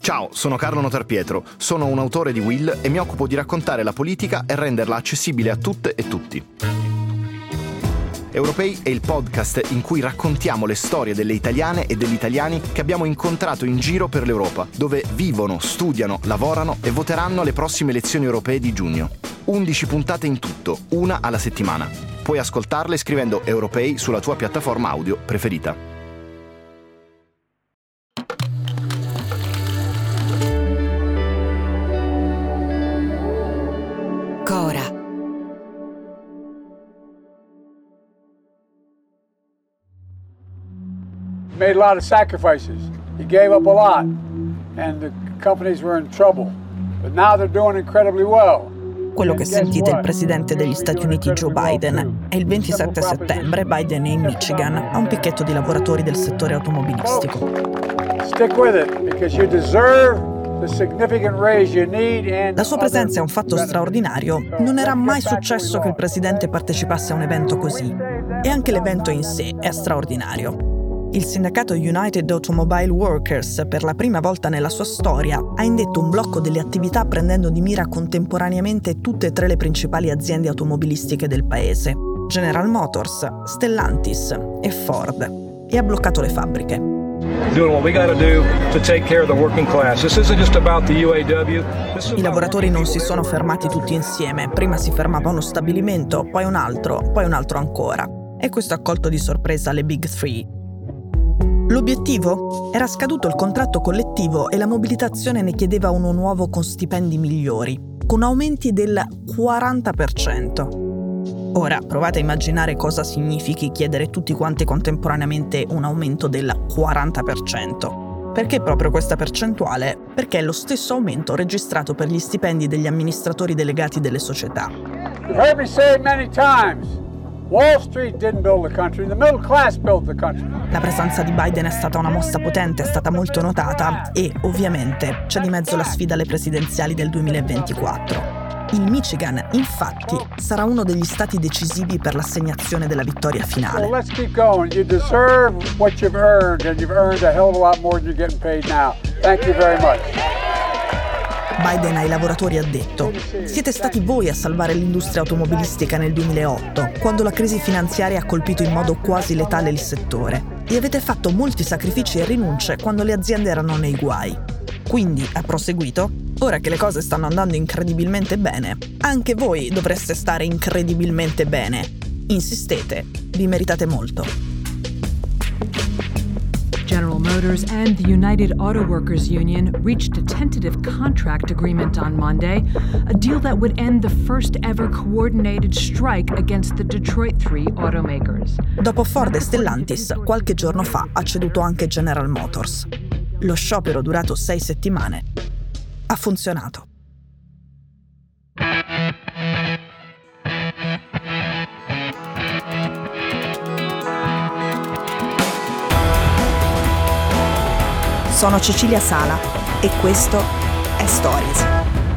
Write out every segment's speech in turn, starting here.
Ciao, sono Carlo Notarpietro, sono un autore di Will e mi occupo di raccontare la politica e renderla accessibile a tutte e tutti. Europei è il podcast in cui raccontiamo le storie delle italiane e degli italiani che abbiamo incontrato in giro per l'Europa, dove vivono, studiano, lavorano e voteranno alle prossime elezioni europee di giugno. 11 puntate in tutto, una alla settimana. Puoi ascoltarle scrivendo Europei sulla tua piattaforma audio preferita. Cora. Made a lot of sacrifices. He gave up a lot, and the companies were in trouble. But now they're doing incredibly well. Quello che sentite è il presidente degli Stati Uniti Joe Biden. E il 27 settembre Biden è in Michigan a un picchetto di lavoratori del settore automobilistico. Stick with it, because you deserve the significant raise you need and La sua presenza è un fatto straordinario. Non era mai successo che il presidente partecipasse a un evento così. E anche l'evento in sé è straordinario. Il sindacato United Automobile Workers, per la prima volta nella sua storia, ha indetto un blocco delle attività prendendo di mira contemporaneamente tutte e tre le principali aziende automobilistiche del paese: General Motors, Stellantis e Ford, e ha bloccato le fabbriche. I lavoratori non si sono fermati tutti insieme. Prima si fermava uno stabilimento, poi un altro ancora. E questo ha colto di sorpresa le Big Three. L'obiettivo? Era scaduto il contratto collettivo e la mobilitazione ne chiedeva uno nuovo con stipendi migliori, con aumenti del 40%. Ora, provate a immaginare cosa significhi chiedere tutti quanti contemporaneamente un aumento del 40%. Perché proprio questa percentuale? Perché è lo stesso aumento registrato per gli stipendi degli amministratori delegati delle società. You've heard me say it many times. Wall Street didn't build the country, the middle class built the country. La presenza di Biden è stata una mossa potente, è stata molto notata e, ovviamente, c'è di mezzo la sfida alle presidenziali del 2024. Il Michigan, infatti, sarà uno degli stati decisivi per l'assegnazione della vittoria finale. So let's keep going. You deserve what you've earned, and you've earned a hell of a lot more than you're getting paid now. Thank you very much. Biden ai lavoratori ha detto: siete stati voi a salvare l'industria automobilistica nel 2008, quando la crisi finanziaria ha colpito in modo quasi letale il settore, e avete fatto molti sacrifici e rinunce quando le aziende erano nei guai. Quindi, ha proseguito, ora che le cose stanno andando incredibilmente bene, anche voi dovreste stare incredibilmente bene. Insistete, vi meritate molto. General Motors and the United Auto Workers Union reached a tentative contract agreement on Monday, a deal that would end the first ever coordinated strike against the Detroit 3 automakers. Dopo Ford e Stellantis, qualche giorno fa ha ceduto anche General Motors. Lo sciopero durato 6 settimane ha funzionato. Sono Cecilia Sala e questo è Stories.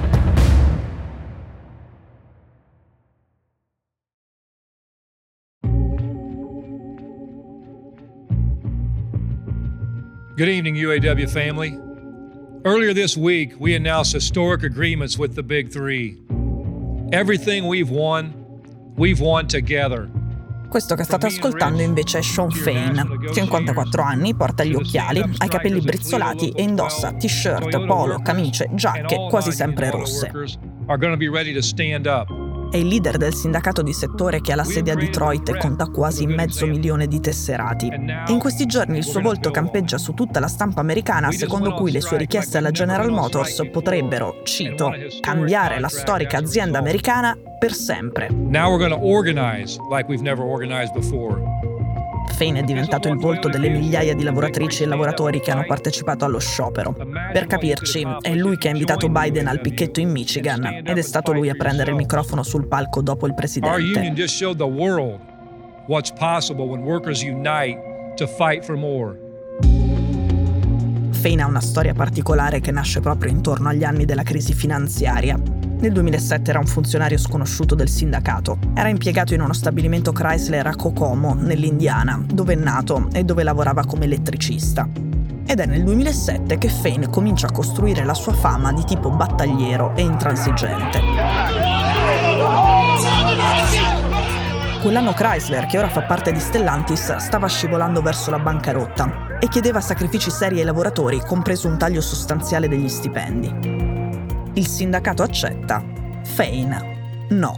Good evening, UAW family. Earlier this week, we announced historic agreements with the Big Three. Everything we've won together. Questo che state ascoltando invece è Shawn Fain, 54 anni, porta gli occhiali, ha i capelli brizzolati e indossa t-shirt, polo, camicie, giacche quasi sempre rosse. È il leader del sindacato di settore che ha la sede a Detroit e conta quasi 500.000 di tesserati. E in questi giorni il suo volto campeggia su tutta la stampa americana, secondo cui le sue richieste alla General Motors potrebbero, cito, cambiare la storica azienda americana per sempre. Now we're going to organize like we've never organized before. Fain è diventato il volto delle migliaia di lavoratrici e lavoratori che hanno partecipato allo sciopero. Per capirci, è lui che ha invitato Biden al picchetto in Michigan ed è stato lui a prendere il microfono sul palco dopo il presidente. Our union just showed the world what's possible when workers unite to fight for more. Fain ha una storia particolare che nasce proprio intorno agli anni della crisi finanziaria. Nel 2007 era un funzionario sconosciuto del sindacato. Era impiegato in uno stabilimento Chrysler a Kokomo, nell'Indiana, dove è nato e dove lavorava come elettricista. Ed è nel 2007 che Fane comincia a costruire la sua fama di tipo battagliero e intransigente. Quell'anno Chrysler, che ora fa parte di Stellantis, stava scivolando verso la bancarotta e chiedeva sacrifici seri ai lavoratori, compreso un taglio sostanziale degli stipendi. Il sindacato accetta, Fane no.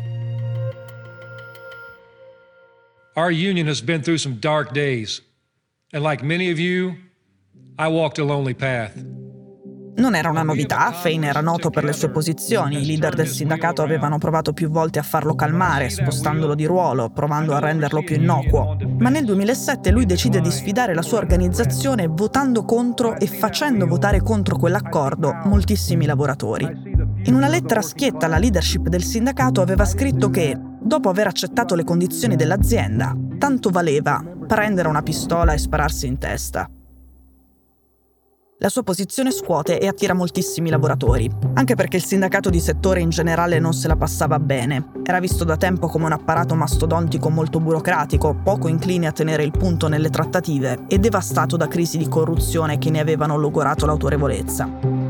Our union has been through some dark days, and like many of you, I walked a lonely path. Non era una novità, Fane era noto per le sue posizioni, i leader del sindacato avevano provato più volte a farlo calmare, spostandolo di ruolo, provando a renderlo più innocuo. Ma nel 2007 lui decide di sfidare la sua organizzazione votando contro e facendo votare contro quell'accordo moltissimi lavoratori. In una lettera schietta la leadership del sindacato aveva scritto che, dopo aver accettato le condizioni dell'azienda, tanto valeva prendere una pistola e spararsi in testa. La sua posizione scuote e attira moltissimi lavoratori, anche perché il sindacato di settore in generale non se la passava bene. Era visto da tempo come un apparato mastodontico molto burocratico, poco incline a tenere il punto nelle trattative e devastato da crisi di corruzione che ne avevano logorato l'autorevolezza.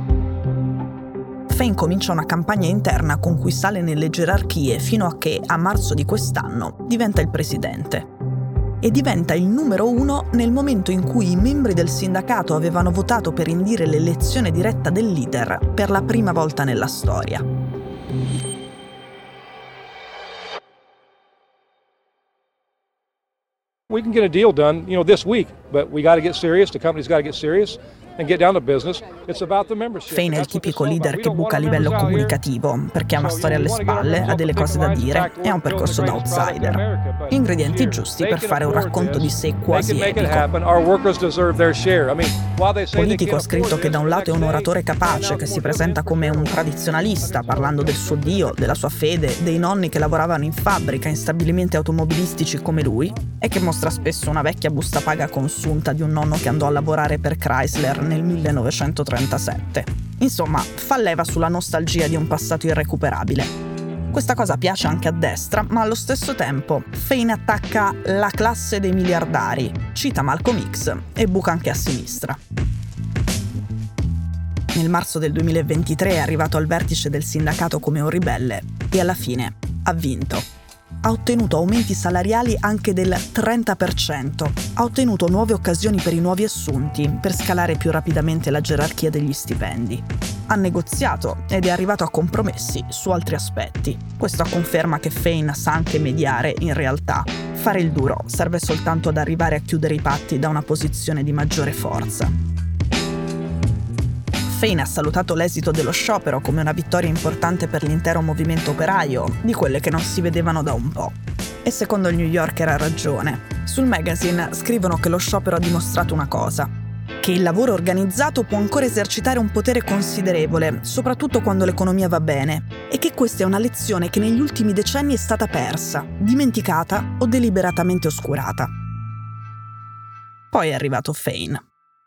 Fane comincia una campagna interna con cui sale nelle gerarchie fino a che, a marzo di quest'anno, diventa il presidente. E diventa il numero 1 nel momento in cui i membri del sindacato avevano votato per indire l'elezione diretta del leader per la prima volta nella storia. We can get a deal done, this week, but we got to get serious. The company's got to get serious and get down to business. It's about the membership. Fane è il tipico leader che buca a livello comunicativo, perché ha una storia alle spalle, ha delle cose da dire e ha un percorso da outsider. Gli ingredienti giusti per fare un racconto di sé quasi epico. Politico ha scritto che da un lato è un oratore capace, che si presenta come un tradizionalista, parlando del suo Dio, della sua fede, dei nonni che lavoravano in fabbrica, in stabilimenti automobilistici come lui, e che mostra spesso una vecchia busta paga consunta di un nonno che andò a lavorare per Chrysler nel 1937. Insomma, fa leva sulla nostalgia di un passato irrecuperabile. Questa cosa piace anche a destra, ma allo stesso tempo Fane attacca la classe dei miliardari, cita Malcolm X e buca anche a sinistra. Nel marzo del 2023 è arrivato al vertice del sindacato come un ribelle e alla fine ha vinto. Ha ottenuto aumenti salariali anche del 30%, ha ottenuto nuove occasioni per i nuovi assunti, per scalare più rapidamente la gerarchia degli stipendi. Ha negoziato ed è arrivato a compromessi su altri aspetti. Questo conferma che Fane sa anche mediare in realtà. Fare il duro serve soltanto ad arrivare a chiudere i patti da una posizione di maggiore forza. Fane ha salutato l'esito dello sciopero come una vittoria importante per l'intero movimento operaio, di quelle che non si vedevano da un po'. E secondo il New Yorker ha ragione. Sul magazine scrivono che lo sciopero ha dimostrato una cosa: che il lavoro organizzato può ancora esercitare un potere considerevole, soprattutto quando l'economia va bene, e che questa è una lezione che negli ultimi decenni è stata persa, dimenticata o deliberatamente oscurata. Poi è arrivato Fane.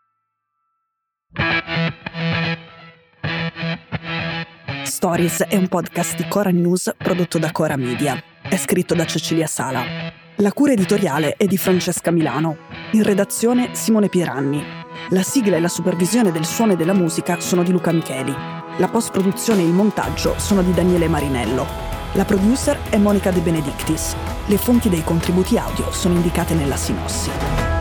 Stories è un podcast di Cora News prodotto da Cora Media. È scritto da Cecilia Sala. La cura editoriale è di Francesca Milano. In redazione Simone Pieranni. La sigla e la supervisione del suono e della musica sono di Luca Micheli. La post-produzione e il montaggio sono di Daniele Marinello. La producer è Monica De Benedictis. Le fonti dei contributi audio sono indicate nella sinossi.